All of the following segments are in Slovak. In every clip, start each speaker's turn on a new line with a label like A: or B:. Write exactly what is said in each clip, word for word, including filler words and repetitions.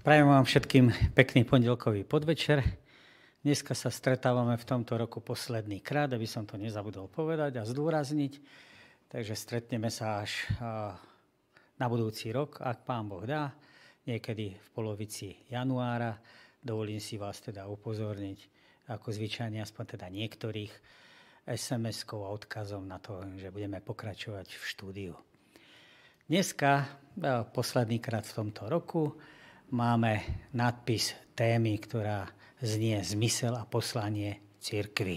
A: Prajem vám všetkým pekný pondelkový podvečer. Dneska sa stretávame v tomto roku posledný krát, aby som to nezabudol povedať a zdôrazniť. Takže stretneme sa až na budúci rok, ak Pán Boh dá, niekedy v polovici januára. Dovolím si vás teda upozorniť, ako zvyčajne aspoň teda niektorých es em es-kou a odkazom na to, že budeme pokračovať v štúdiu. Dneska, posledný krát v tomto roku, máme nadpis témy, ktorá znie Zmysel a poslanie cirkvi.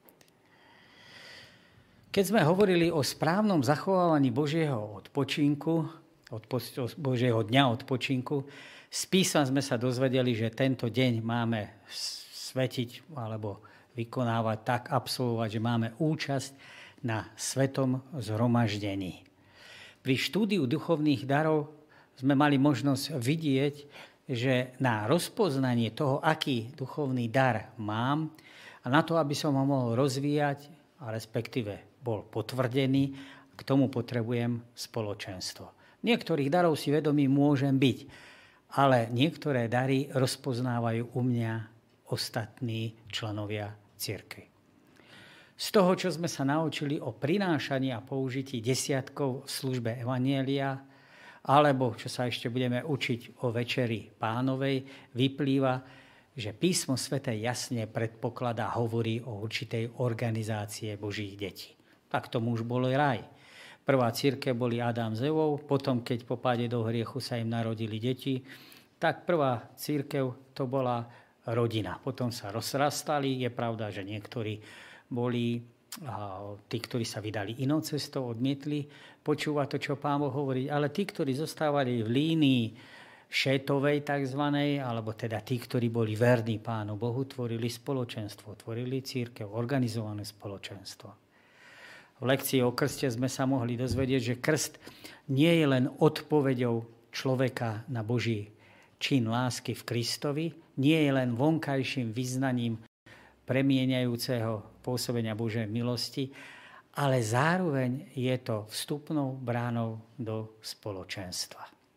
A: Keď sme hovorili o správnom zachovávaní Božieho odpočinku, odpo- Božieho dňa odpočinku, z písma sme sa dozvedeli, že tento deň máme svetiť alebo vykonávať tak, absolvovať, že máme účasť na svetom zhromaždení. Pri štúdiu duchovných darov sme mali možnosť vidieť, že na rozpoznanie toho, aký duchovný dar mám a na to, aby som ho mohol rozvíjať, a respektíve bol potvrdený, k tomu potrebujem spoločenstvo. Niektorých darov si vedomý môžem byť, ale niektoré dary rozpoznávajú u mňa ostatní členovia cirkvi. Z toho, čo sme sa naučili o prinášaní a použití desiatkov v službe evanjelia, alebo čo sa ešte budeme učiť o Večeri Pánovej, vyplýva, že písmo sväté jasne predpokladá, hovorí o určitej organizácie Božích detí. Tak tomu už bol raj. Prvá cirkev boli Adam s Evou, potom keď po páde do hriechu sa im narodili deti, tak prvá cirkev to bola rodina. Potom sa rozrastali, je pravda, že niektorí boli a tí, ktorí sa vydali inou cestou, odmietli počúvať to, čo Pán Boh hovorí, ale tí, ktorí zostávali v línii šétovej takzvanej, alebo teda tí, ktorí boli verní Pánu Bohu, tvorili spoločenstvo, tvorili cirkev, organizované spoločenstvo. V lekcii o krste sme sa mohli dozvedieť, že krst nie je len odpoveďou človeka na Boží čin lásky v Kristovi, nie je len vonkajším vyznaním premieňajúceho pôsobenia Božej milosti, ale zároveň je to vstupnou bránou do spoločenstva.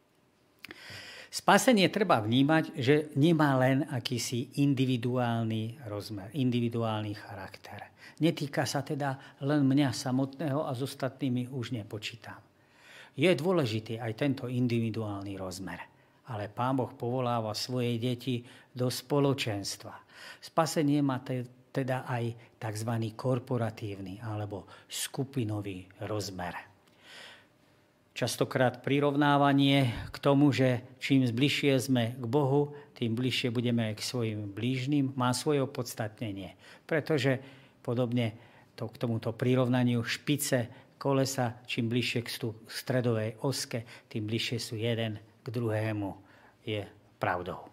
A: Spasenie treba vnímať, že nemá len akýsi individuálny rozmer, individuálny charakter. Netýka sa teda len mňa samotného a s ostatnými už nepočítam. Je dôležitý aj tento individuálny rozmer, ale Pán Boh povoláva svoje deti do spoločenstva. Spasenie má te, teda aj tzv. Korporatívny alebo skupinový rozmer. Častokrát prirovnávanie k tomu, že čím bližšie sme k Bohu, tým bližšie budeme k svojim blížnym, má svoje opodstatnenie. Pretože podobne to, k tomuto prirovnaniu špice kolesa, čím bližšie k stredovej oske, tým bližšie sú jeden k druhému, je pravdou.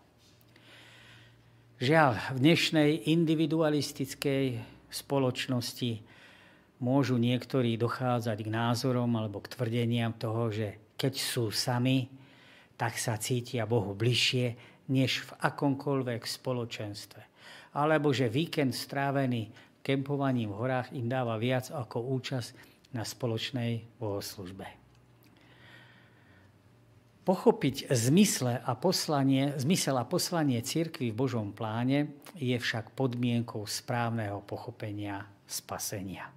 A: Žiaľ, v dnešnej individualistickej spoločnosti môžu niektorí dochádzať k názorom alebo k tvrdeniam toho, že keď sú sami, tak sa cítia Bohu bližšie, než v akomkoľvek spoločenstve. Alebo že víkend strávený kempovaním v horách im dáva viac ako účasť na spoločnej bohoslužbe. Pochopiť zmysle a poslanie, zmysel a poslanie cirkvi v Božom pláne je však podmienkou správneho pochopenia spasenia.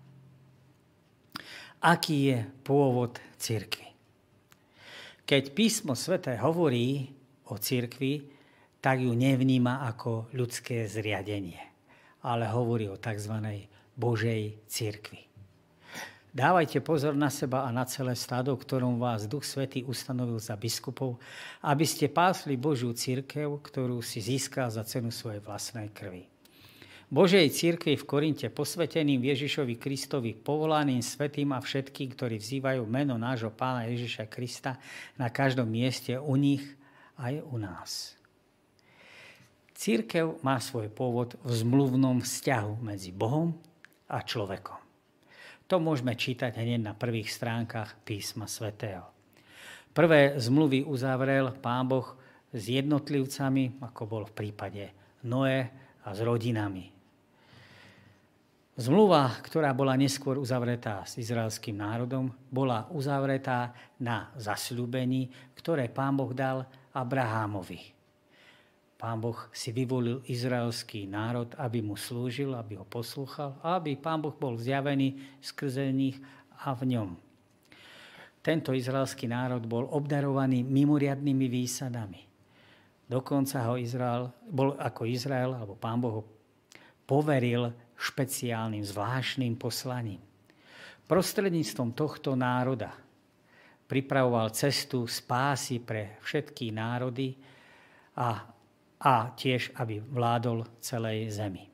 A: Aký je pôvod cirkvi? Keď písmo sväté hovorí o cirkvi, tak ju nevníma ako ľudské zriadenie, ale hovorí o tzv. Božej cirkvi. Dávajte pozor na seba a na celé stádo, ktorom vás Duch Svätý ustanovil za biskupov, aby ste pásli Božiu cirkev, ktorú si získal za cenu svojej vlastnej krvi. Božej cirkvi v Korinte, posveteným Ježišovi Kristovi, povolaným svätým a všetkým, ktorí vzývajú meno nášho Pána Ježiša Krista na každom mieste, u nich aj u nás. Cirkev má svoj pôvod v zmluvnom vzťahu medzi Bohom a človekom. To môžeme čítať hneď na prvých stránkach písma svätého. Prvé zmluvy uzavrel Pán Boh s jednotlivcami, ako bol v prípade Noé, a s rodinami. Zmluva, ktorá bola neskôr uzavretá s izraelským národom, bola uzavretá na zasľúbení, ktoré Pán Boh dal Abrahámovi. Pán Boh si vyvolil izraelský národ, aby mu slúžil, aby ho poslúchal a aby Pán Boh bol zjavený skrze nich a v ňom. Tento izraelský národ bol obdarovaný mimoriadnymi výsadami. Dokonca ho Izrael, bol ako Izrael, alebo Pán Boh ho poveril špeciálnym, zvláštnym poslaním. Prostredníctvom tohto národa pripravoval cestu spásy pre všetky národy a, a tiež, aby vládol celej zemi.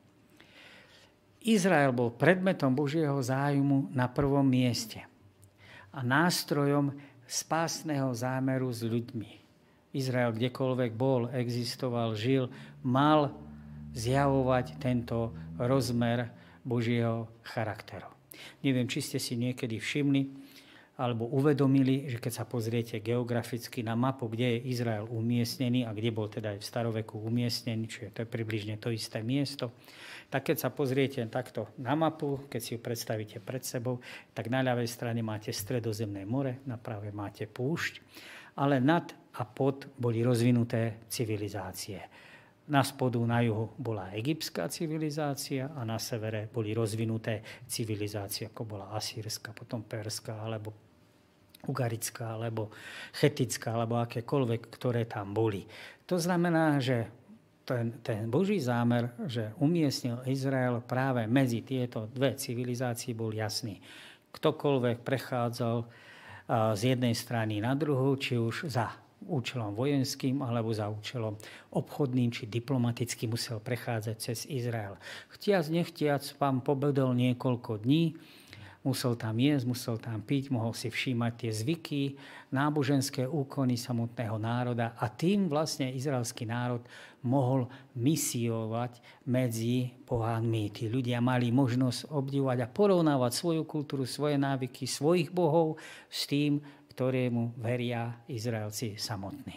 A: Izrael bol predmetom Božieho zájmu na prvom mieste a nástrojom spásneho zámeru s ľuďmi. Izrael kdekoľvek bol, existoval, žil, mal zjavovať tento rozmer Božieho charakteru. Neviem, či ste si niekedy všimli alebo uvedomili, že keď sa pozriete geograficky na mapu, kde je Izrael umiestnený a kde bol teda aj v staroveku umiestnený, čiže to je približne to isté miesto, tak keď sa pozriete takto na mapu, keď si ju predstavíte pred sebou, tak na ľavej strane máte Stredozemné more, na pravej máte púšť, ale nad a pod boli rozvinuté civilizácie. Na spodu, na juhu bola egyptská civilizácia a na severe boli rozvinuté civilizácie, ako bola asýrska, potom perská, alebo ugarická, alebo chetická, alebo akékoľvek, ktoré tam boli. To znamená, že ten, ten Boží zámer, že umiestnil Izrael práve medzi tieto dve civilizácie, bol jasný. Ktokoľvek prechádzal z jednej strany na druhú, či už za účelom vojenským alebo za účelom obchodným či diplomatickým musel prechádzať cez Izrael. Chtiac, nechtiac, pán pobedol niekoľko dní, musel tam jesť, musel tam piť, mohol si všímať tie zvyky, náboženské úkony samotného národa a tým vlastne izraelský národ mohol misiovať medzi pohánmi. Tí ľudia mali možnosť obdivovať a porovnávať svoju kultúru, svoje návyky, svojich bohov s tým, ktorému veria Izraelci samotní.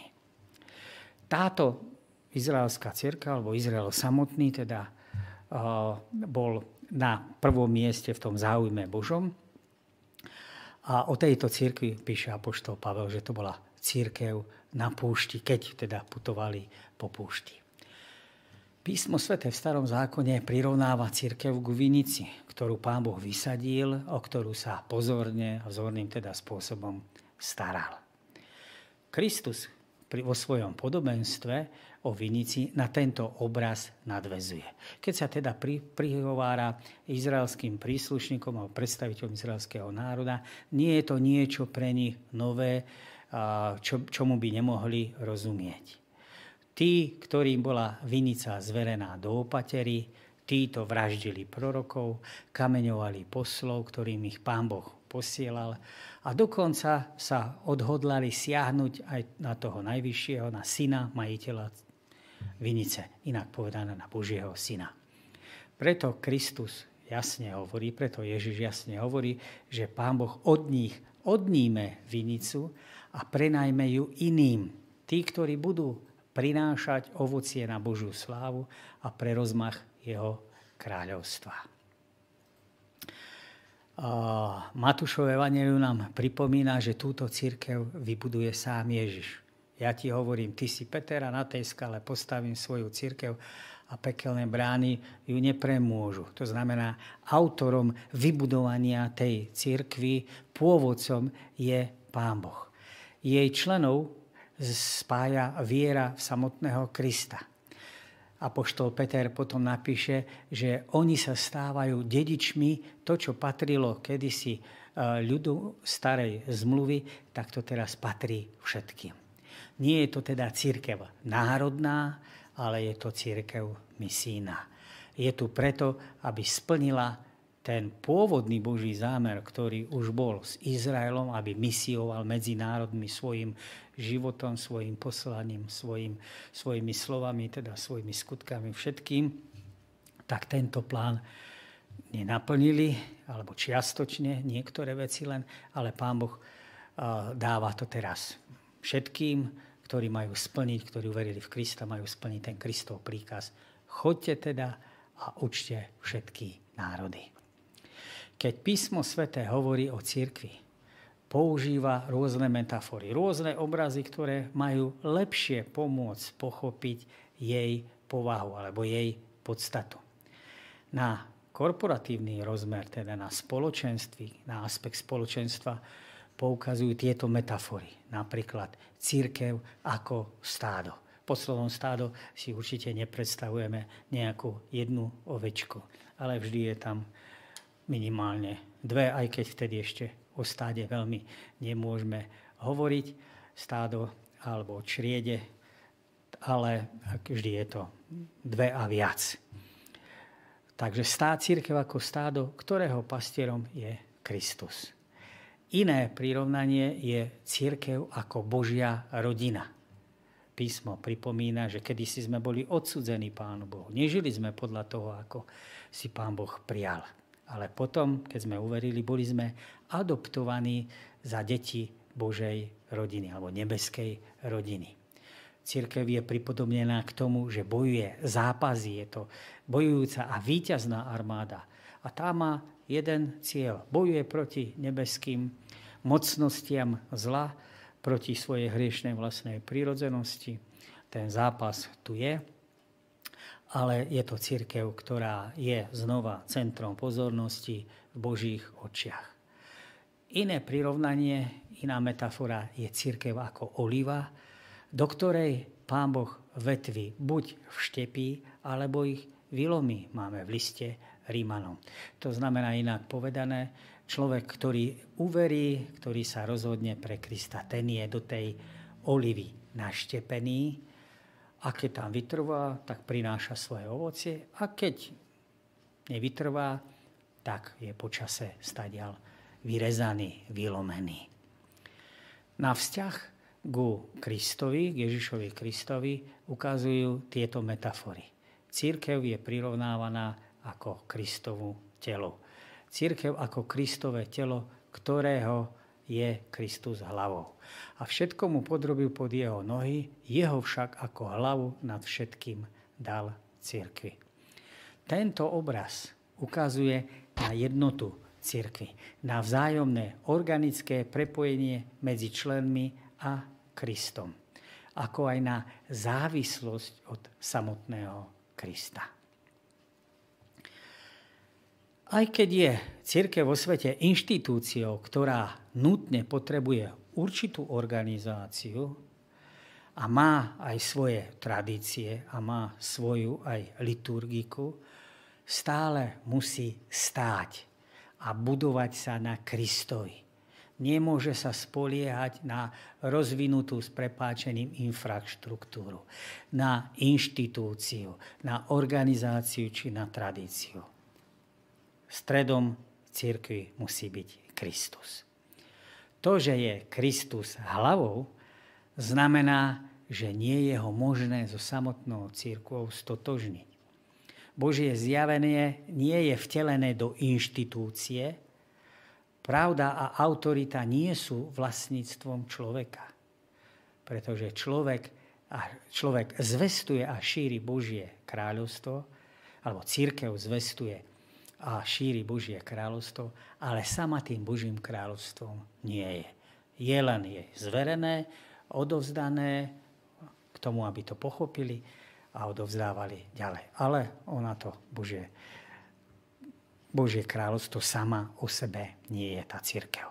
A: Táto izraelská cirkev, alebo Izrael samotný, teda uh, bol na prvom mieste v tom záujme Božom. A o tejto cirkvi píše apoštol Pavel, že to bola cirkev na púšti, keď teda putovali po púšti. Písmo sväté v Starom zákone prirovnáva cirkev k vinici, ktorú Pán Boh vysadil, o ktorú sa pozorne a vzorným teda spôsobom staral. Kristus vo svojom podobenstve o vinici na tento obraz nadväzuje. Keď sa teda pri, prihovára izraelským príslušníkom alebo predstaviteľom izraelského národa, nie je to niečo pre nich nové, čo, čomu by nemohli rozumieť. Tí, ktorým bola vinica zverená do opatery, títo vraždili prorokov, kameňovali poslov, ktorým ich Pán Boh posielal a dokonca sa odhodlali siahnuť aj na toho najvyššieho, na syna majiteľa vinice, inak povedané na Božieho syna. Preto Kristus jasne hovorí, preto Ježiš jasne hovorí, že Pán Boh od nich odníme vinicu a prenajme ju iným. Tí, ktorí budú prinášať ovocie na Božiu slávu a pre rozmach jeho kráľovstva. Matúšovo evanjelium nám pripomína, že túto cirkev vybuduje sám Ježiš. Ja ti hovorím, ty si Peter a na tej skale postavím svoju cirkev a pekelné brány ju nepremôžu. To znamená, autorom vybudovania tej cirkvi, pôvodcom je Pán Boh. Jej členov spája viera v samotného Krista. Apoštol Peter potom napíše, že oni sa stávajú dedičmi, to, čo patrilo kedysi ľudu starej zmluvy, tak to teraz patrí všetkým. Nie je to teda cirkev národná, ale je to cirkev misijná. Je tu preto, aby splnila ten pôvodný Boží zámer, ktorý už bol s Izraelom, aby misioval medzi národmi svojim životom, svojim poslaním, svojim, svojimi slovami, teda svojimi skutkami, všetkým, tak tento plán nenaplnili, alebo čiastočne, niektoré veci len, ale Pán Boh dáva to teraz všetkým, ktorí majú splniť, ktorí uverili v Krista, majú splniť ten Kristov príkaz. Choďte teda a učte všetky národy. Keď písmo sväté hovorí o cirkvi, používa rôzne metafory, rôzne obrazy, ktoré majú lepšie pomôcť pochopiť jej povahu alebo jej podstatu. Na korporatívny rozmer, teda na spoločenství, na aspekt spoločenstva poukazujú tieto metafory. Napríklad cirkev ako stádo. Pod slovom stádo si určite nepredstavujeme nejakú jednu ovečku, ale vždy je tam minimálne dve, aj keď vtedy ešte o stáde veľmi nemôžeme hovoriť. Stádo alebo čriede, ale vždy je to dve a viac. Takže stá, cirkev ako stádo, ktorého pastierom je Kristus. Iné prirovnanie je cirkev ako Božia rodina. Písmo pripomína, že kedysi sme boli odsudzení Pánu Bohu. Nežili sme podľa toho, ako si Pán Boh prijal. Ale potom, keď sme uverili, boli sme adoptovaní za deti Božej rodiny alebo nebeskej rodiny. Cirkev je pripodobnená k tomu, že bojuje zápasy, je to bojujúca a víťazná armáda. A tá má jeden cieľ. Bojuje proti nebeským mocnostiam zla, proti svojej hriešnej vlastnej prírodzenosti. Ten zápas tu je, ale je to cirkev, ktorá je znova centrom pozornosti v Božích očiach. Iné prirovnanie, iná metafora je cirkev ako oliva, do ktorej Pán Boh vetvy buď vštepí, alebo ich vylomí. Máme v liste Rímanom. To znamená inak povedané, človek, ktorý uverí, ktorý sa rozhodne pre Krista, ten je do tej olivy naštepený a keď tam vytrvá, tak prináša svoje ovocie a keď nevytrvá, tak je počase stadiaľ vyrezaný, vylomený. Na vzťah ku Kristovi, k Ježišovi Kristovi ukazujú tieto metafory. Cirkev je prirovnávaná ako Kristovu telo. Cirkev ako Kristové telo, ktorého je Kristus hlavou. A všetko mu podrobil pod jeho nohy, jeho však ako hlavu nad všetkým dal cirkvi. Tento obraz ukazuje na jednotu cirkvi, na vzájomné organické prepojenie medzi členmi a Kristom, ako aj na závislosť od samotného Krista. Aj keď je cirkev vo svete inštitúciou, ktorá nutne potrebuje určitú organizáciu a má aj svoje tradície a má svoju aj liturgiku, stále musí stáť a budovať sa na Kristovi. Nemôže sa spoliehať na rozvinutú s prepáčením infraštruktúru, na inštitúciu, na organizáciu či na tradíciu. Stredom cirkvi musí byť Kristus. To, že je Kristus hlavou, znamená, že nie je ho možné so samotnou cirkvou stotožniť. Božie zjavenie nie je vtelené do inštitúcie. Pravda a autorita nie sú vlastníctvom človeka. Pretože človek, a človek zvestuje a šíri Božie kráľovstvo, alebo cirkev zvestuje a šíri Božie kráľovstvo, ale sama tým Božím kráľovstvom nie je. Je len jej zverené, odovzdané k tomu, aby to pochopili a odovzdávali ďalej. Ale ona to Božie, Božie kráľovstvo sama o sebe nie je tá cirkev.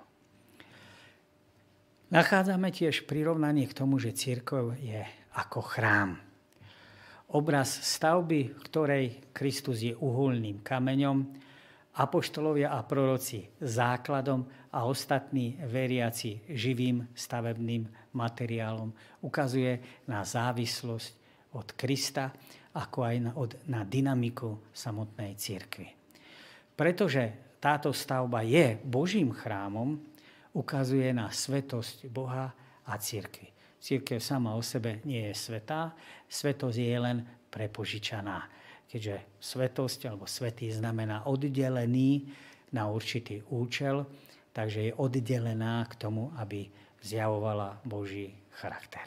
A: Nachádzame tiež prirovnanie k tomu, že cirkev je ako chrám. Obraz stavby, v ktorej Kristus je uholným kameňom, apoštolovia a proroci základom a ostatní veriaci živým stavebným materiálom, ukazuje na závislosť od Krista, ako aj na, od, na dynamiku samotnej cirkvi. Pretože táto stavba je Božím chrámom, ukazuje na svetosť Boha a cirkvi. Cirkev sama o sebe nie je svätá, svetosť je len prepožičaná. Keďže svetosť alebo svätý znamená oddelený na určitý účel, takže je oddelená k tomu, aby zjavovala Boží charakter.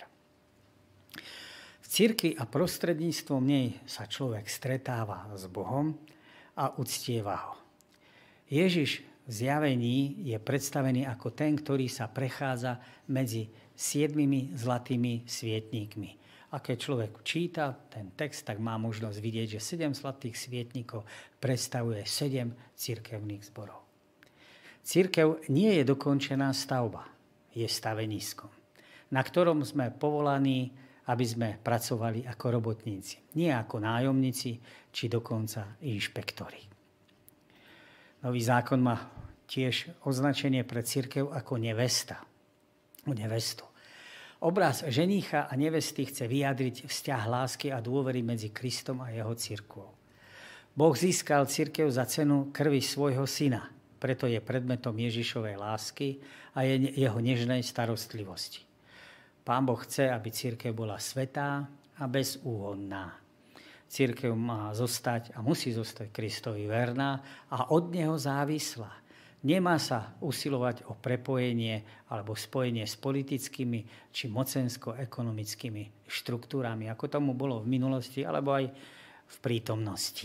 A: V cirkvi a prostredníctvom nej sa človek stretáva s Bohom a uctieva ho. Ježiš v zjavení je predstavený ako ten, ktorý sa prechádza medzi siedmimi zlatými svietníkmi A keď človek číta ten text, tak má možnosť vidieť, že sedem zlatých svietnikov predstavuje sedem cirkevných zborov. Cirkev nie je dokončená stavba, je staveniskom, na ktorom sme povolaní, aby sme pracovali ako robotníci, nie ako nájomníci, či dokonca inšpektori. Nový zákon má tiež označenie pre cirkev ako nevesta, nevestu. Obraz ženícha a nevesty chce vyjadriť vzťah lásky a dôvery medzi Kristom a jeho cirkvou. Boh získal cirkev za cenu krvi svojho syna, preto je predmetom Ježišovej lásky a jeho nežnej starostlivosti. Pán Boh chce, aby cirkev bola svätá a bezúhonná. Cirkev má zostať a musí zostať Kristovi verná a od neho závislá. Nemá sa usilovať o prepojenie alebo spojenie s politickými či mocensko-ekonomickými štruktúrami, ako tomu bolo v minulosti alebo aj v prítomnosti.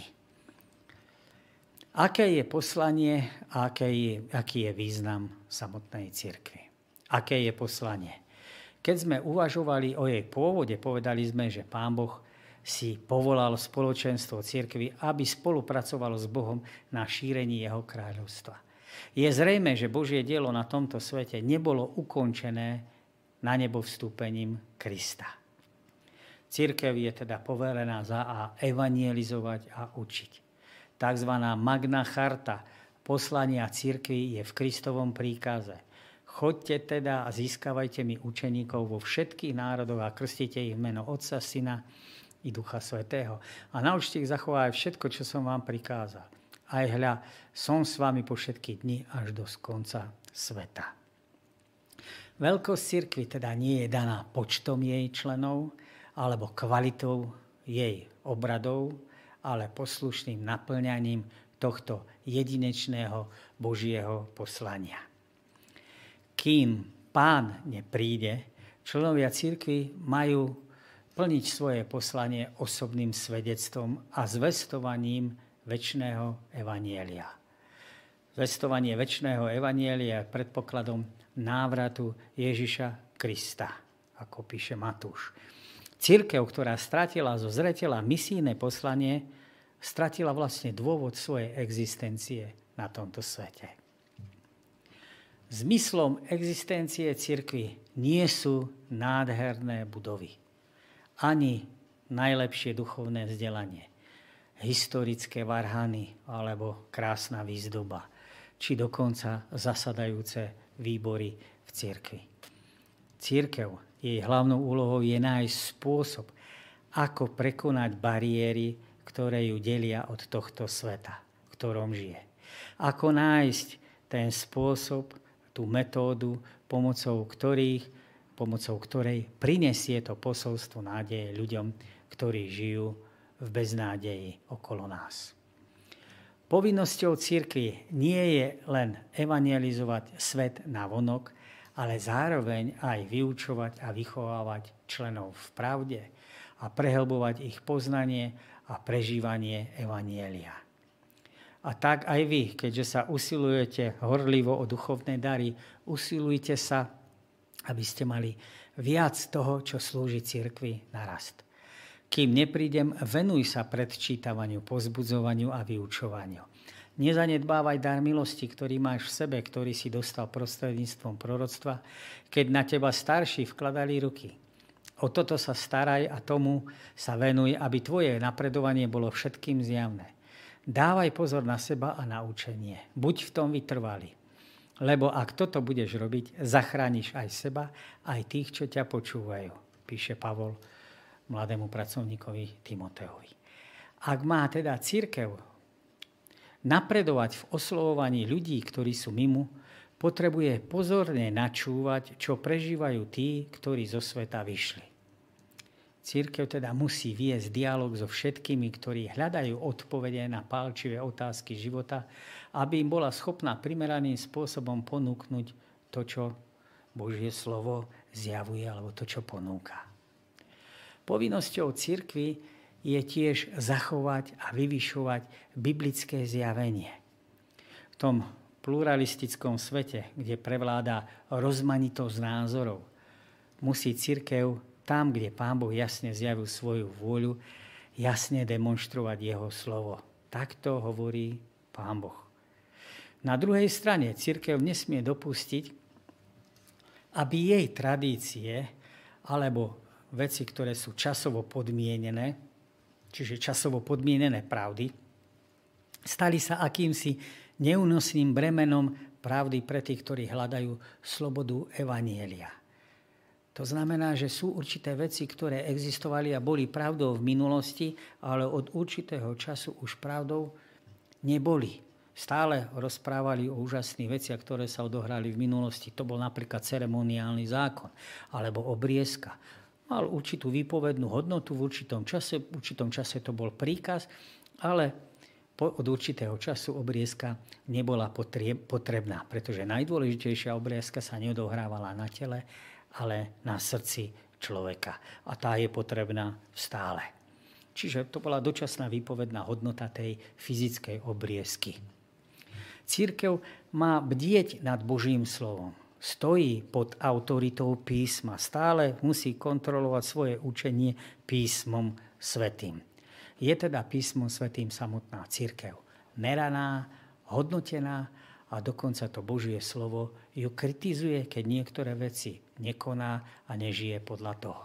A: Aké je poslanie a aký je, aký je význam samotnej cirkvi? Aké je poslanie? Keď sme uvažovali o jej pôvode, povedali sme, že Pán Boh si povolal spoločenstvo cirkvi, aby spolupracovalo s Bohom na šírení jeho kráľovstva. Je zrejmé, že Božie dielo na tomto svete nebolo ukončené na nebo vstúpením Krista. Cirkev je teda poverená za a evangelizovať a učiť. Takzvaná Magna Charta poslania cirkvi je v Kristovom príkaze. Choďte teda a získavajte mi učeníkov vo všetkých národoch a krstite ich v meno Otca, Syna i Ducha Svätého. A naučte ich zachovať všetko, čo som vám prikázal. Aj hľa, som s vami po všetky dni až do konca sveta. Veľkosť cirkvi teda nie je daná počtom jej členov alebo kvalitou jej obradov, ale poslušným naplňaním tohto jedinečného Božieho poslania. Kým Pán nepríde, členovia cirkvi majú plniť svoje poslanie osobným svedectvom a zvestovaním večného evanjelia. Zvestovanie večného evanjelia je predpokladom návratu Ježiša Krista, ako píše Matúš. Cirkev, ktorá stratila zo zreteľa misijné poslanie, stratila vlastne dôvod svojej existencie na tomto svete. Zmyslom existencie cirkvi nie sú nádherné budovy, ani najlepšie duchovné vzdelanie, historické varhany alebo krásna výzdoba, či dokonca zasadajúce výbory v cirkvi. Cirkev, jej hlavnou úlohou je nájsť spôsob, ako prekonať bariéry, ktoré ju delia od tohto sveta, v ktorom žije. Ako nájsť ten spôsob, tú metódu, pomocou ktorých, pomocou ktorej prinesie to posolstvo nádeje ľuďom, ktorí žijú v beznádeji okolo nás. Povinnosťou cirkvi nie je len evangelizovať svet navonok, ale zároveň aj vyučovať a vychovávať členov v pravde a prehlbovať ich poznanie a prežívanie evanjelia. A tak aj vy, keďže sa usilujete horlivo o duchovné dary, usilujte sa, aby ste mali viac toho, čo slúži cirkvi na rast. Kým neprídem, venuj sa predčítavaniu, pozbudzovaniu a vyučovaniu. Nezanedbávaj dar milosti, ktorý máš v sebe, ktorý si dostal prostredníctvom proroctva, keď na teba starší vkladali ruky. O toto sa staraj a tomu sa venuj, aby tvoje napredovanie bolo všetkým zjavné. Dávaj pozor na seba a na učenie. Buď v tom vytrvalý. Lebo ak toto budeš robiť, zachrániš aj seba, aj tých, čo ťa počúvajú, píše Pavol mladému pracovníkovi Timoteovi. Ak má teda cirkev napredovať v oslovovaní ľudí, ktorí sú mimo, potrebuje pozorne načúvať, čo prežívajú tí, ktorí zo sveta vyšli. Cirkev teda musí viesť dialog so všetkými, ktorí hľadajú odpovede na pálčivé otázky života, aby im bola schopná primeraným spôsobom ponúknuť to, čo Božie slovo zjavuje, alebo to, čo ponúka. Povinnosťou cirkvi je tiež zachovať a vyvyšovať biblické zjavenie. V tom pluralistickom svete, kde prevláda rozmanitosť názorov, musí cirkev tam, kde Pán Boh jasne zjavil svoju vôľu, jasne demonštrovať jeho slovo. Takto hovorí Pán Boh. Na druhej strane cirkev nesmie dopustiť, aby jej tradície alebo veci, ktoré sú časovo podmienené, čiže časovo podmienené pravdy, stali sa akýmsi neúnosným bremenom pravdy pre tých, ktorí hľadajú slobodu evanjelia. To znamená, že sú určité veci, ktoré existovali a boli pravdou v minulosti, ale od určitého času už pravdou neboli. Stále rozprávali o úžasných veciach, ktoré sa odohrali v minulosti. To bol napríklad ceremoniálny zákon alebo obriezka. Mal určitú výpovednú hodnotu v určitom čase, v určitom čase to bol príkaz, ale od určitého času obriezka nebola potrebná, pretože najdôležitejšia obriezka sa neodohrávala na tele, ale na srdci človeka. A tá je potrebná stále. Čiže to bola dočasná výpovedná hodnota tej fyzickej obriezky. Cirkev má bdieť nad Božím slovom. Stojí pod autoritou písma. Stále musí kontrolovať svoje učenie písmom svätým. Je teda písmom svätým samotná cirkev. Meraná, hodnotená a dokonca to Božie slovo ju kritizuje, keď niektoré veci nekoná a nežije podľa toho.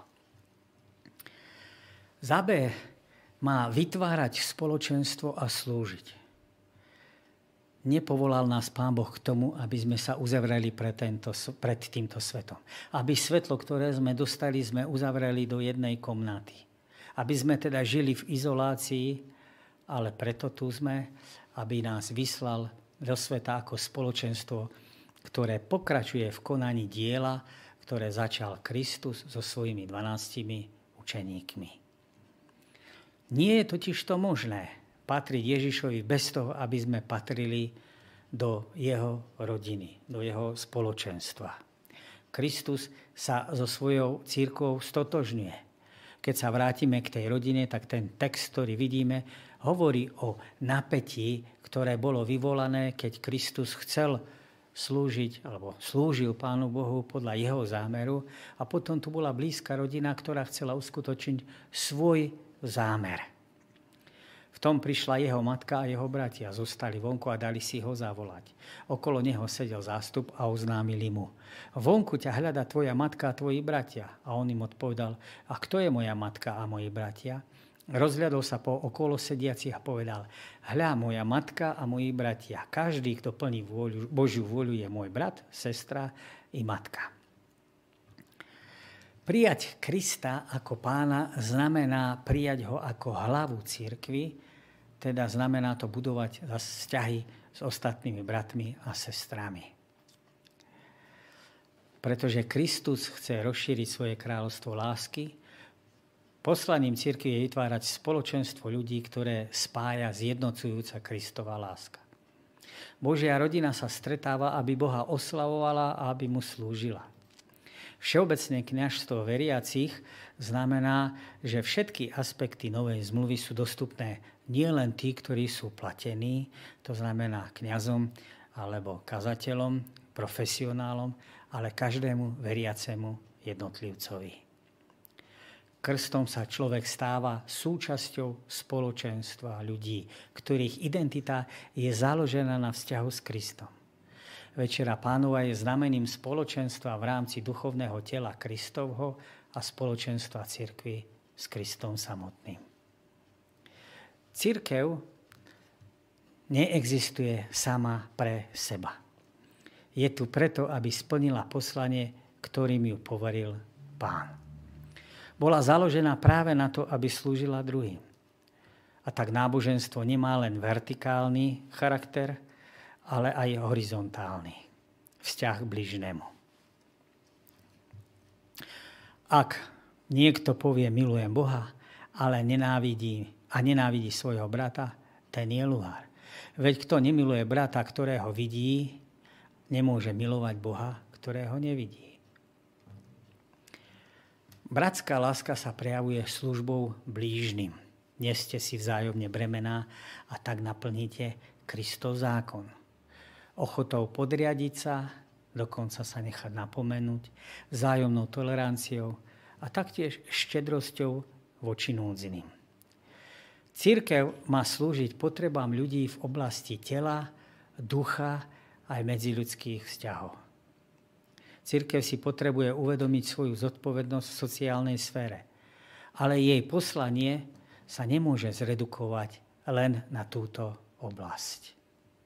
A: Za B má vytvárať spoločenstvo a slúžiť. Nepovolal nás Pán Boh k tomu, aby sme sa uzavreli pred, tento, pred týmto svetom. Aby svetlo, ktoré sme dostali, sme uzavreli do jednej komnaty. Aby sme teda žili v izolácii, ale preto tu sme, aby nás vyslal do sveta ako spoločenstvo, ktoré pokračuje v konaní diela, ktoré začal Kristus so svojimi dvanástimi učeníkmi. Nie je totiž to možné patriť Ježišovi bez toho, aby sme patrili do jeho rodiny, do jeho spoločenstva. Kristus sa so svojou cirkvou stotožňuje. Keď sa vrátime k tej rodine, tak ten text, ktorý vidíme, hovorí o napätí, ktoré bolo vyvolané, keď Kristus chcel slúžiť, alebo slúžil Pánu Bohu podľa jeho zámeru. A potom tu bola blízka rodina, ktorá chcela uskutočniť svoj zámer. V tom prišla jeho matka a jeho bratia. Zostali vonku a dali si ho zavolať. Okolo neho sedel zástup a oznámili mu: vonku ťa hľada tvoja matka a tvoji bratia. A on im odpovedal: a kto je moja matka a moji bratia? Rozhľadol sa po okolo sediacich a povedal: hľa, moja matka a moji bratia. Každý, kto plní vôľu, Božiu vôľu, je môj brat, sestra i matka. Prijať Krista ako Pána znamená prijať ho ako hlavu cirkvi, teda znamená to budovať vzťahy s ostatnými bratmi a sestrami. Pretože Kristus chce rozšíriť svoje kráľovstvo lásky, poslaním cirkvi je vytvárať spoločenstvo ľudí, ktoré spája zjednocujúca Kristova láska. Božia rodina sa stretáva, aby Boha oslavovala a aby mu slúžila. Všeobecné kňazstvo veriacich znamená, že všetky aspekty novej zmluvy sú dostupné nie len tí, ktorí sú platení, to znamená kňazom alebo kazateľom, profesionálom, ale každému veriacemu jednotlivcovi. Krstom sa človek stáva súčasťou spoločenstva ľudí, ktorých identita je založená na vzťahu s Kristom. Večera Pánova je znamením spoločenstva v rámci duchovného tela Kristovho a spoločenstva cirkvi s Kristom samotným. Cirkev neexistuje sama pre seba. Je tu preto, aby splnila poslanie, ktorým ju poveril Pán. Bola založená práve na to, aby slúžila druhým. A tak náboženstvo nemá len vertikálny charakter, ale aj horizontálny vzťah k bližnému. Ak niekto povie milujem Boha, ale nenávidí a nenávidí svojho brata, ten je luhár. Veď kto nemiluje brata, ktorého vidí, nemôže milovať Boha, ktorého nevidí. Bratská láska sa prejavuje službou blížnym. Neste si vzájomne bremená a tak naplníte Kristov zákon. Ochotou podriadiť sa, dokonca sa nechať napomenúť, vzájomnou toleranciou a taktiež štedrosťou voči núdznym. Cirkev má slúžiť potrebám ľudí v oblasti tela, ducha aj medziľudských vzťahov. Cirkev si potrebuje uvedomiť svoju zodpovednosť v sociálnej sfére, ale jej poslanie sa nemôže zredukovať len na túto oblasť.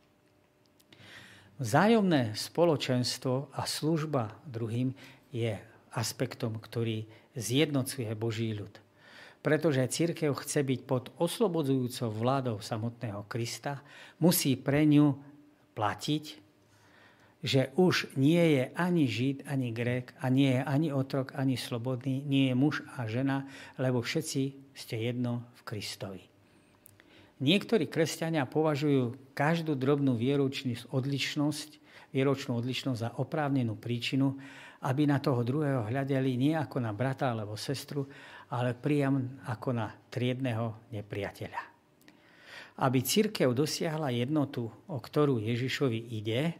A: Vzájomné spoločenstvo a služba druhým je aspektom, ktorý zjednocuje Boží ľud. Pretože cirkev chce byť pod oslobodzujúcou vládou samotného Krista, musí pre ňu platiť, že už nie je ani Žid, ani Grék, a nie je ani otrok, ani slobodný, nie je muž a žena, lebo všetci ste jedno v Kristovi. Niektorí kresťania považujú každú drobnú vieročnú odlišnosť, vieročnú odlišnosť za oprávnenú príčinu, aby na toho druhého hľadeli nie ako na brata alebo sestru, ale priam ako na triedneho nepriateľa. Aby cirkev dosiahla jednotu, o ktorú Ježišovi ide,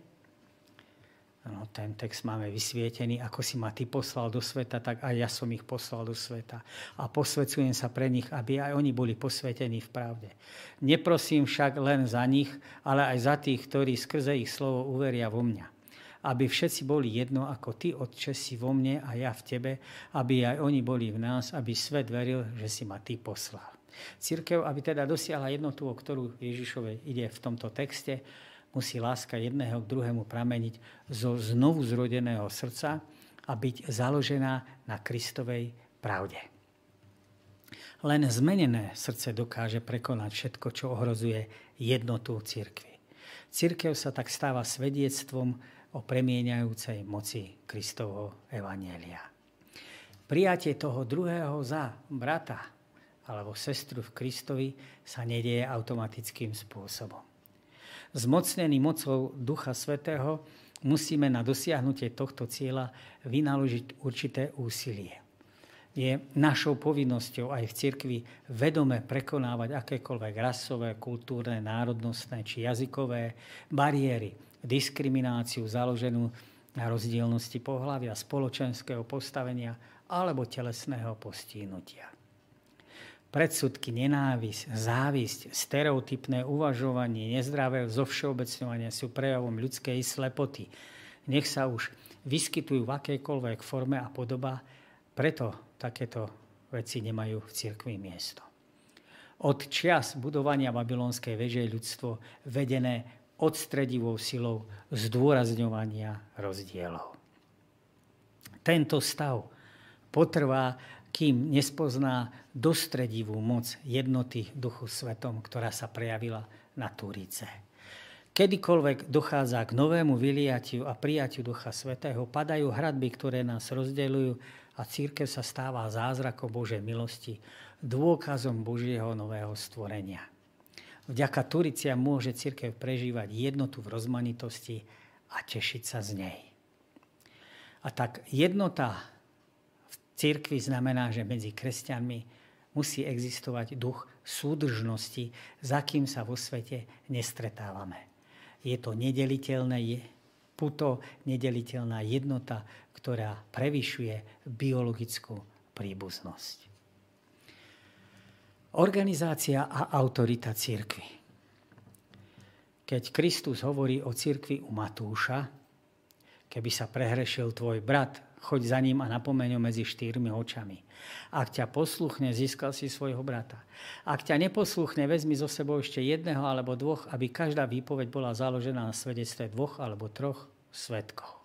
A: no, ten text máme vysvietený, ako si ma ty poslal do sveta, tak aj ja som ich poslal do sveta. A posvedcujem sa pre nich, aby aj oni boli posvetení v pravde. Neprosím však len za nich, ale aj za tých, ktorí skrze ich slovo uveria vo mňa. Aby všetci boli jedno, ako ty, Otče, si vo mne a ja v tebe, aby aj oni boli v nás, aby svet veril, že si ma ty poslal. Cirkev, aby teda dosiahla jednotu, o ktorú Ježišove ide v tomto texte, musí láska jedného k druhému prameniť zo znovu zrodeného srdca a byť založená na Kristovej pravde. Len zmenené srdce dokáže prekonať všetko, čo ohrozuje jednotu cirkvi. Cirkev sa tak stáva svedectvom o premieňajúcej moci Kristovho evanjelia. Prijatie toho druhého za brata alebo sestru v Kristovi sa nedieje automatickým spôsobom. Zmocnený mocou Ducha Svätého musíme na dosiahnutie tohto cieľa vynaložiť určité úsilie. Je našou povinnosťou aj v cirkvi vedome prekonávať akékoľvek rasové, kultúrne, národnostné či jazykové bariéry, diskrimináciu založenú na rozdielnosti pohlavia, spoločenského postavenia alebo telesného postihnutia. Predsudky, nenávisť, závisť, stereotypné uvažovanie, nezdravé zovšeobecňovanie sú prejavom ľudskej slepoty. Nech sa už vyskytujú v akejkoľvek forme a podoba, preto takéto veci nemajú v cirkvi miesto. Od čias budovania babylonskej veže je ľudstvo vedené odstredivou silou zdôrazňovania rozdielov. Tento stav potrvá, kým nespozná dostredivú moc jednoty v Duchu Svetom, ktorá sa prejavila na Túrice. Kedykoľvek dochádza k novému vyliatiu a prijatiu Ducha Svätého, padajú hradby, ktoré nás rozdeľujú a cirkev sa stáva zázrakom Božej milosti, dôkazom Božieho nového stvorenia. Vďaka Turiciam môže cirkev prežívať jednotu v rozmanitosti a tešiť sa z nej. A tak jednota v cirkvi znamená, že medzi kresťanmi musí existovať duch súdržnosti, za kým sa vo svete nestretávame. Je to nedeliteľné puto, nedeliteľná jednota, ktorá prevyšuje biologickú príbuznosť. Organizácia a autorita cirkvi. Keď Kristus hovorí o cirkvi u Matúša, keby sa prehrešil tvoj brat, choď za ním a napomeň ho medzi štyrmi očami. Ak ťa posluchne, získal si svojho brata. Ak ťa neposluchne, vezmi so sebou ešte jedného alebo dvoch, aby každá výpoveď bola založená na svedectve dvoch alebo troch svedkov.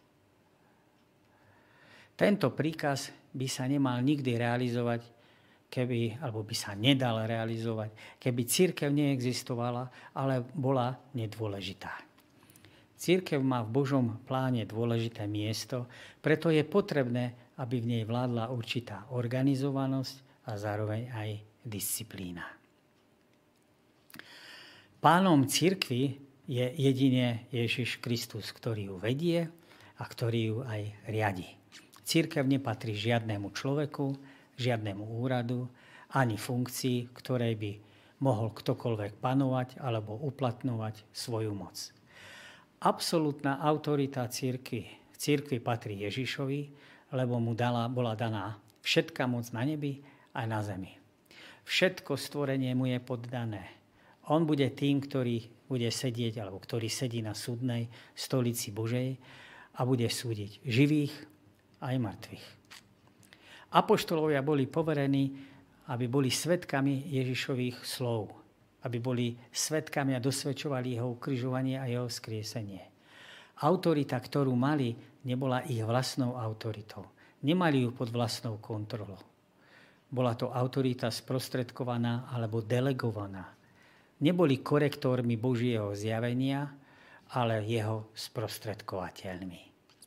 A: Tento príkaz by sa nemal nikdy realizovať, keby, alebo by sa nedal realizovať, keby cirkev neexistovala, ale bola nedôležitá. Cirkev má v Božom pláne dôležité miesto, preto je potrebné, aby v nej vládla určitá organizovanosť a zároveň aj disciplína. Pánom cirkvi je jedine Ježiš Kristus, ktorý ju vedie a ktorý ju aj riadi. Cirkev nepatrí žiadnemu človeku, žiadnemu úradu, ani funkcii, ktorej by mohol ktokoľvek panovať alebo uplatňovať svoju moc. Absolútna autorita cirkvi v cirkvi patrí Ježišovi, lebo mu dala, bola daná všetká moc na nebi aj na zemi. Všetko stvorenie mu je poddané. On bude tým, ktorý bude sedieť, alebo ktorý sedí na súdnej stolici Božej a bude súdiť živých aj mŕtvych. Apoštolovia boli poverení, aby boli svedkami Ježišových slov, aby boli svedkami a dosvedčovali jeho ukrižovanie a jeho skriesenie. Autorita, ktorú mali, nebola ich vlastnou autoritou. Nemali ju pod vlastnou kontrolou. Bola to autorita sprostredkovaná alebo delegovaná. Neboli korektórmi Božieho zjavenia, ale jeho sprostredkovateľmi.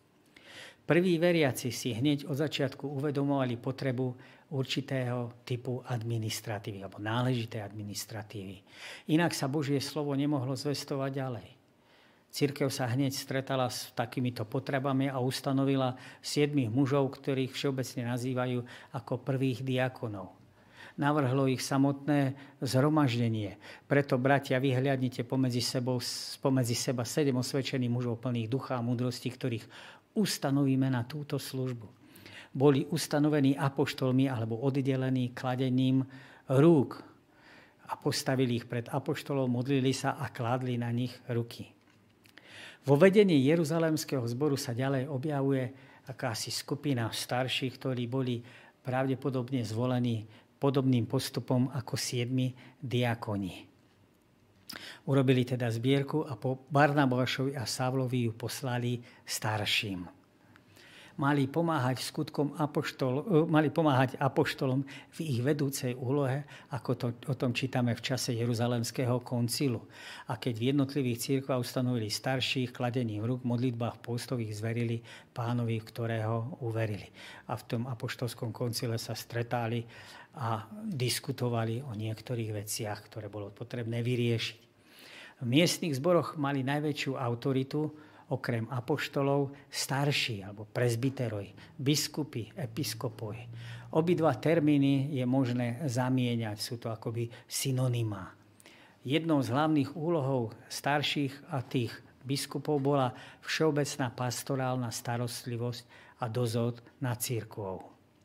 A: Prví veriaci si hneď od začiatku uvedomovali potrebu určitého typu administratívy alebo náležitej administratívy. Inak sa Božie slovo nemohlo zvestovať ďalej. Cirkev sa hneď stretala s takýmito potrebami a ustanovila siedmich mužov, ktorých všeobecne nazývajú ako prvých diakonov. Navrhlo ich samotné zhromaždenie. Preto, bratia, vyhliadnite pomedzi, sebou, pomedzi seba sedem osvedčených mužov plných ducha a múdrosti, ktorých ustanovíme na túto službu. Boli ustanovení apoštolmi alebo oddelení kladením rúk a postavili ich pred apoštolov, modlili sa a kládli na nich ruky. Vo vedení Jeruzalemského zboru sa ďalej objavuje akási skupina starších, ktorí boli pravdepodobne zvolení podobným postupom ako siedmi diakoni. Urobili teda zbierku a po Barnabášovi a Savlovi ju poslali starším. Mali pomáhať skutkom apoštol, mali pomáhať apoštolom v ich vedúcej úlohe, ako to o tom čítame v čase Jeruzalemského koncilu. A keď v jednotlivých cirkvách ustanovili starších, kladením rúk, modlitbách, postových zverili pánovi, ktorého uverili. A v tom apoštolskom koncile sa stretali a diskutovali o niektorých veciach, ktoré bolo potrebné vyriešiť. V miestnych zboroch mali najväčšiu autoritu okrem apoštolov starší alebo presbyteroj, biskupy, episkopoj. Obidva termíny je možné zamieňať, sú to akoby synonymá. Jednou z hlavných úlohov starších a tých biskupov bola všeobecná pastorálna starostlivosť a dozor nad cirkvou.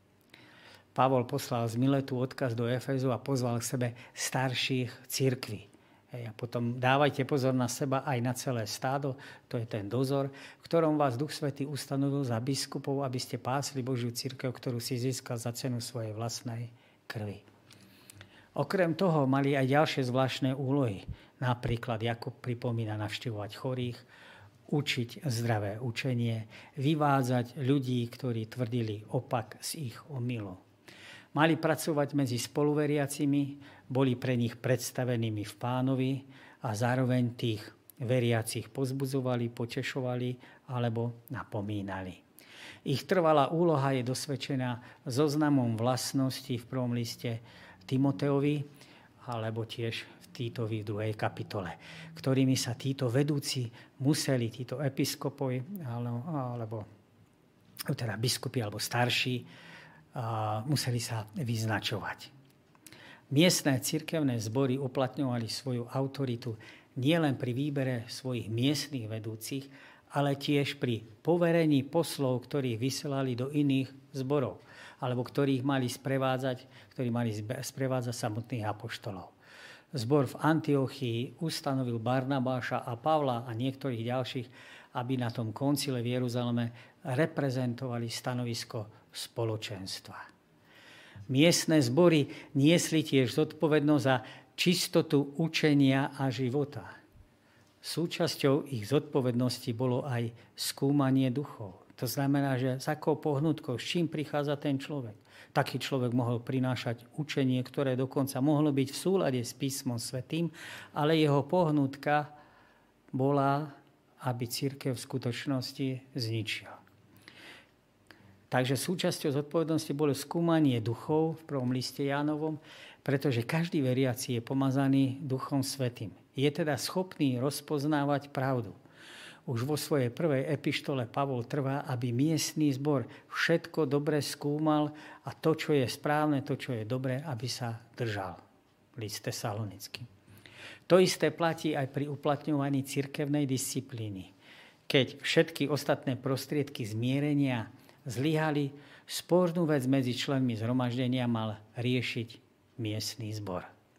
A: Pavol poslal z Miletu odkaz do Efezu a pozval k sebe starších cirkví. A potom dávajte pozor na seba aj na celé stádo, to je ten dozor, v ktorom vás Duch Svätý ustanovil za biskupov, aby ste pásli Božiu cirkev, ktorú si získal za cenu svojej vlastnej krvi. Okrem toho mali aj ďalšie zvláštne úlohy. Napríklad, Jakub pripomína, navštevovať chorých, učiť zdravé učenie, vyvádzať ľudí, ktorí tvrdili opak z ich omylov. Mali pracovať medzi spoluveriacimi, boli pre nich predstavenými v Pánovi a zároveň tých veriacich pozbudzovali, potešovali alebo napomínali. Ich trvalá úloha je dosvedčená zoznamom vlastností v prvom liste Timoteovi alebo tiež v Títovi v druhej kapitole, ktorými sa títo vedúci museli, títo episkopovi alebo teda biskupy alebo starší, a museli sa vyznačovať. Miestne cirkevné zbory uplatňovali svoju autoritu nielen pri výbere svojich miestnych vedúcich, ale tiež pri poverení poslov, ktorých vysielali do iných zborov, alebo ktorých mali sprevádzať, ktorí mali sprevádzať samotných apoštolov. Zbor v Antiochii ustanovil Barnabáša a Pavla a niektorých ďalších, aby na tom koncile v Jeruzaleme reprezentovali stanovisko spoločenstva. Miestne zbory niesli tiež zodpovednosť za čistotu učenia a života. Súčasťou ich zodpovednosti bolo aj skúmanie duchov. To znamená, že s akou pohnutkou, s čím prichádza ten človek. Taký človek mohol prinášať učenie, ktoré dokonca mohlo byť v súlade s písmom svätým, ale jeho pohnutka bola, aby cirkev v skutočnosti zničila. Takže súčasťou zodpovednosti bolo skúmanie duchov v prvom liste Jánovom, pretože každý veriaci je pomazaný Duchom Svätým. Je teda schopný rozpoznávať pravdu. Už vo svojej prvej epištole Pavol trvá, aby miestny zbor všetko dobre skúmal a to, čo je správne, to, čo je dobré, aby sa držal. List Tesalonickým. To isté platí aj pri uplatňovaní cirkevnej disciplíny. Keď všetky ostatné prostriedky zmierenia zlyhali, Spornú vec medzi členmi zhromaždenia mal riešiť miestny zbor.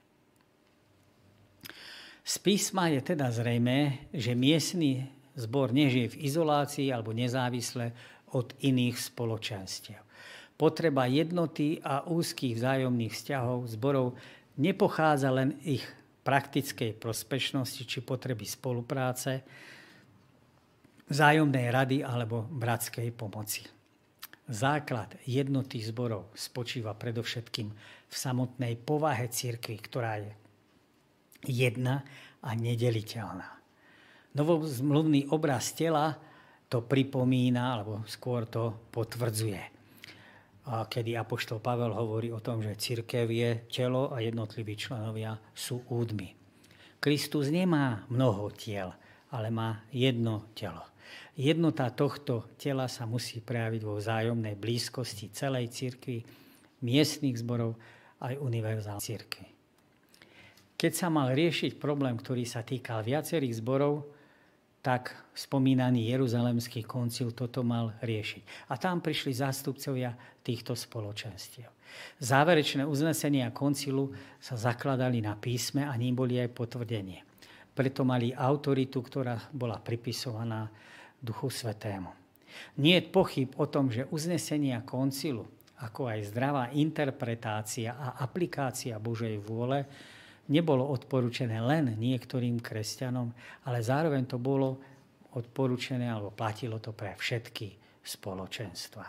A: Z písma je teda zrejmé, že miestny zbor nežije v izolácii alebo nezávisle od iných spoločenstiev. Potreba jednoty a úzkých vzájomných vzťahov zborov nepochádza len ich praktickej prospešnosti či potreby spolupráce, vzájomnej rady alebo bratskej pomoci. Základ jednoty zborov spočíva predovšetkým v samotnej povahe cirkvi, ktorá je jedna a nedeliteľná. Novozmluvný obraz tela to pripomína, alebo skôr to potvrdzuje. A kedy apoštol Pavel hovorí o tom, že cirkev je telo a jednotliví členovia sú údmi. Kristus nemá mnoho tiel, ale má jedno telo. Jednota tohto tela sa musí prejaviť vo vzájomnej blízkosti celej cirkvi, miestnych zborov aj univerzálnej cirkvi. Keď sa mal riešiť problém, ktorý sa týkal viacerých zborov, tak spomínaný Jeruzalemský koncil toto mal riešiť. A tam prišli zástupcovia týchto spoločenstiev. Záverečné uznesenia koncilu sa zakladali na písme a ním boli aj potvrdenie. Preto mali autoritu, ktorá bola pripisovaná Duchu Svätému. Nie je pochyb o tom, že uznesenia koncilu, ako aj zdravá interpretácia a aplikácia Božej vôle, nebolo odporúčené len niektorým kresťanom, ale zároveň to bolo odporúčené alebo platilo to pre všetky spoločenstva.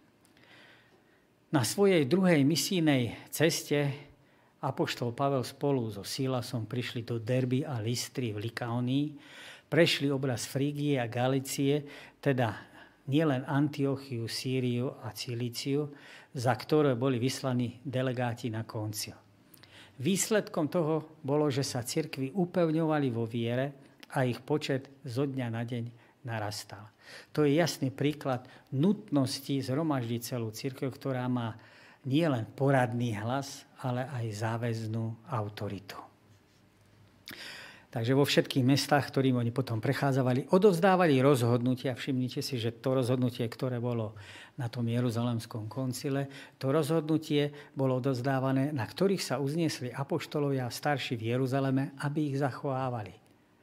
A: Na svojej druhej misijnej ceste apoštol Pavel spolu so Silasom prišli do Derby a Lystry v Likaonii, prešli obraz Frígie a Galície, teda nielen Antiochiu, Sýriu a Cilíciu, za ktoré boli vyslaní delegáti na koncil. Výsledkom toho bolo, že sa cirkvi upevňovali vo viere a ich počet zo dňa na deň narastal. To je jasný príklad nutnosti zhromaždiť celú cirkev, ktorá má nielen poradný hlas, ale aj záväznú autoritu. Takže vo všetkých mestách, ktorým oni potom prechádzali, odovzdávali rozhodnutia. Všimnite si, že to rozhodnutie, ktoré bolo na tom Jeruzalemskom koncile, to rozhodnutie bolo odovzdávané, na ktorých sa uzniesli apoštolovia starší v Jeruzaleme, aby ich zachovávali.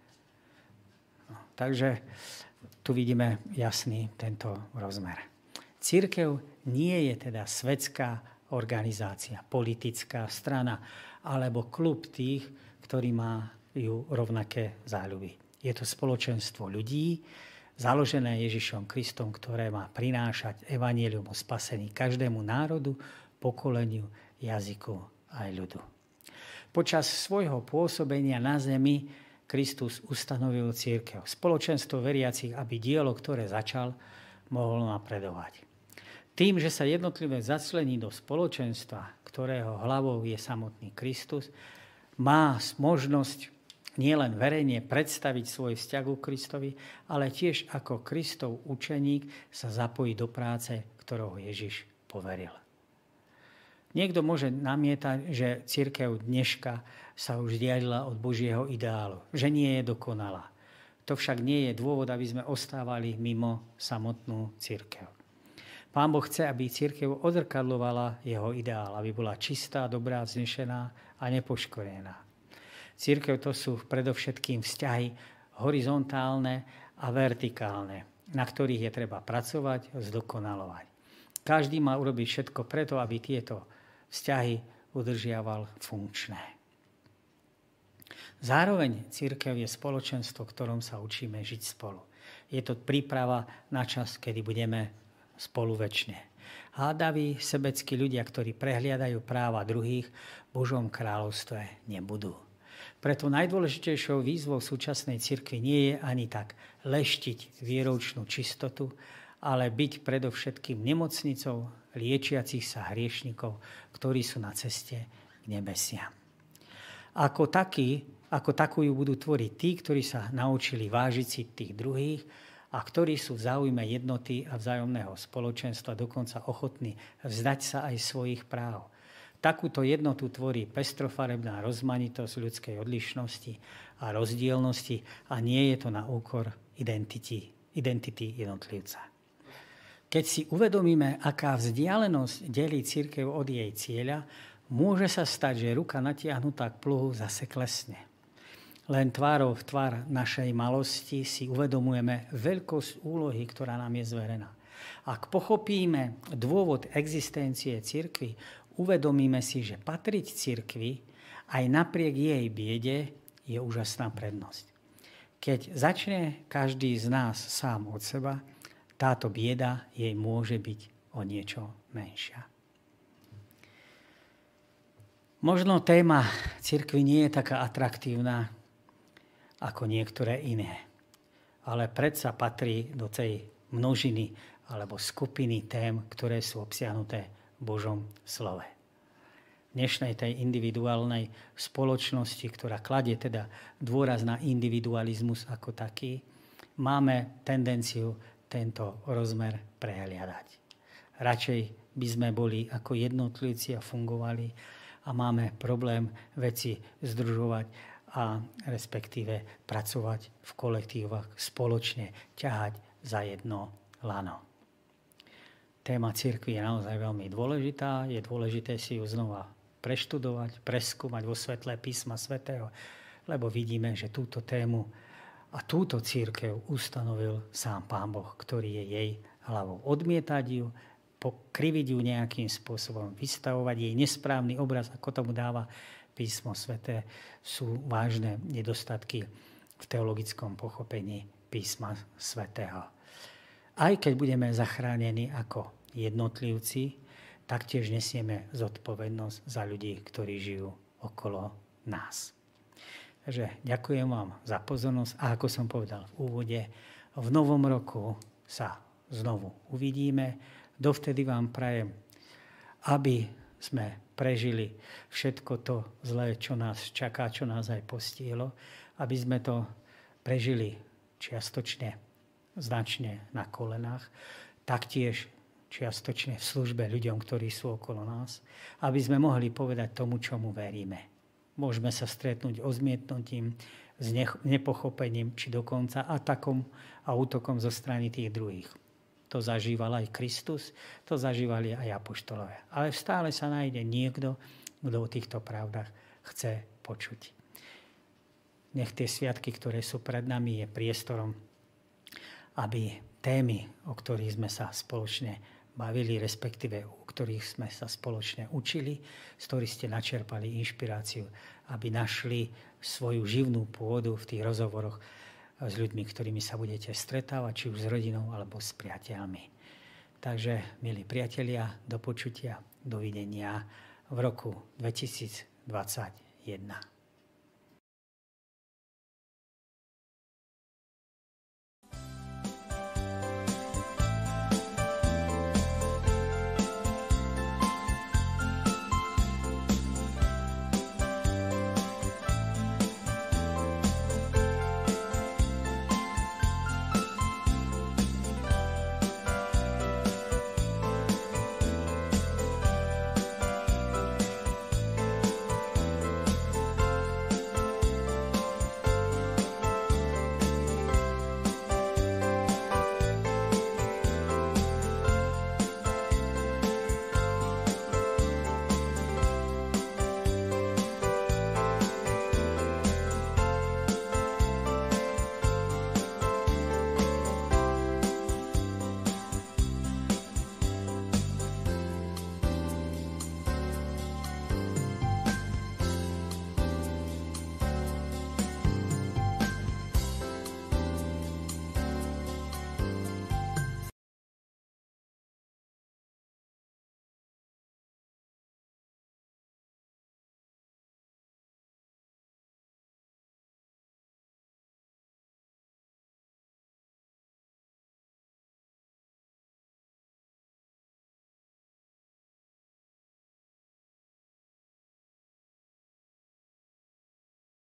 A: No, takže tu vidíme jasný tento rozmer. Cirkev nie je teda svetská organizácia, politická strana alebo klub tých, ktorí má ju rovnaké záľuby. Je to spoločenstvo ľudí, založené Ježišom Kristom, ktoré má prinášať evanjelium o spasení každému národu, pokoleniu, jazyku aj ľudu. Počas svojho pôsobenia na zemi Kristus ustanovil cirkev, spoločenstvo veriacich, aby dielo, ktoré začal, mohlo napredovať. Tým, že sa jednotlivé začlení do spoločenstva, ktorého hlavou je samotný Kristus, má možnosť nielen verejne predstaviť svoj vzťah ku Kristovi, ale tiež ako Kristov učeník sa zapojiť do práce, ktorou Ježiš poveril. Niekto môže namietať, že cirkev dneška sa už dialila od Božieho ideálu, že nie je dokonalá. To však nie je dôvod, aby sme ostávali mimo samotnú cirkev. Pán Boh chce, aby cirkev odzrkadľovala jeho ideál, aby bola čistá, dobrá, vznešená a nepoškorená. Cirkev to sú predovšetkým vzťahy horizontálne a vertikálne, na ktorých je treba pracovať a zdokonalovať. Každý má urobiť všetko preto, aby tieto vzťahy udržiaval funkčné. Zároveň cirkev je spoločenstvo, v ktorom sa učíme žiť spolu. Je to príprava na čas, kedy budeme spolu večne. Hádaví, sebeckí ľudia, ktorí prehliadajú práva druhých, v Božom kráľovstve nebudú. Preto najdôležitejšou výzvou súčasnej cirkvi nie je ani tak leštiť vieroučnú čistotu, ale byť predovšetkým nemocnicou liečiacich sa hriešnikov, ktorí sú na ceste k nebesiam. Ako, taký, ako takú ju budú tvoriť tí, ktorí sa naučili vážiť si tých druhých a ktorí sú v záujme jednoty a vzájomného spoločenstva dokonca ochotní vzdať sa aj svojich práv. Takúto jednotu tvorí pestrofarebná rozmanitosť ľudskej odlišnosti a rozdielnosti a nie je to na úkor identity, identity jednotlivca. Keď si uvedomíme, aká vzdialenosť delí cirkev od jej cieľa, môže sa stať, že ruka natiahnutá k pluhu zase klesne. Len tvárou v tvár našej malosti si uvedomujeme veľkosť úlohy, ktorá nám je zverená. Ak pochopíme dôvod existencie cirkvi, uvedomíme si, že patriť cirkvi aj napriek jej biede je úžasná prednosť. Keď začne každý z nás sám od seba, táto bieda jej môže byť o niečo menšia. Možno téma cirkvi nie je taká atraktívna ako niektoré iné, ale predsa patrí do tej množiny alebo skupiny tém, ktoré sú obsiahnuté v Božom slove. V dnešnej tej individuálnej spoločnosti, ktorá kladie teda dôraz na individualizmus ako taký, máme tendenciu tento rozmer prehliadať. Radšej by sme boli ako jednotlivci a fungovali a máme problém veci združovať a respektíve pracovať v kolektívach spoločne, ťahať za jedno lano. Téma cirkvi je naozaj veľmi dôležitá, je dôležité si ju znova preštudovať, preskúmať vo svetle písma svätého, lebo vidíme, že túto tému a túto cirkev ustanovil sám Pán Boh, ktorý je jej hlavou. Odmietať ju, pokriviť ju nejakým spôsobom, vystavovať jej nesprávny obraz, ako tomu dáva písmo sväté, sú vážne nedostatky v teologickom pochopení písma svätého. Aj keď budeme zachránení ako jednotlivci, taktiež nesieme zodpovednosť za ľudí, ktorí žijú okolo nás. Takže ďakujem vám za pozornosť a ako som povedal v úvode, v novom roku sa znovu uvidíme. Dovtedy vám prajem, aby sme prežili všetko to zlé, čo nás čaká, čo nás aj postihlo, aby sme to prežili čiastočne, značne na kolenách, taktiež čiastočne v službe ľuďom, ktorí sú okolo nás, aby sme mohli povedať tomu, čomu veríme. Môžeme sa stretnúť odmietnutím, s nepochopením, či dokonca atakom a útokom zo strany tých druhých. To zažíval aj Kristus, to zažívali aj apoštolové. Ale stále sa nájde niekto, kto o týchto pravdách chce počuť. Nech tie sviatky, ktoré sú pred nami, je priestorom, aby témy, o ktorých sme sa spoločne bavili, respektíve o ktorých sme sa spoločne učili, z ktorých ste načerpali inšpiráciu, aby našli svoju živnú pôdu v tých rozhovoroch s ľuďmi, ktorými sa budete stretávať, či už s rodinou, alebo s priateľmi. Takže, milí priatelia, do počutia, dovidenia v roku dvetisícdvadsaťjeden.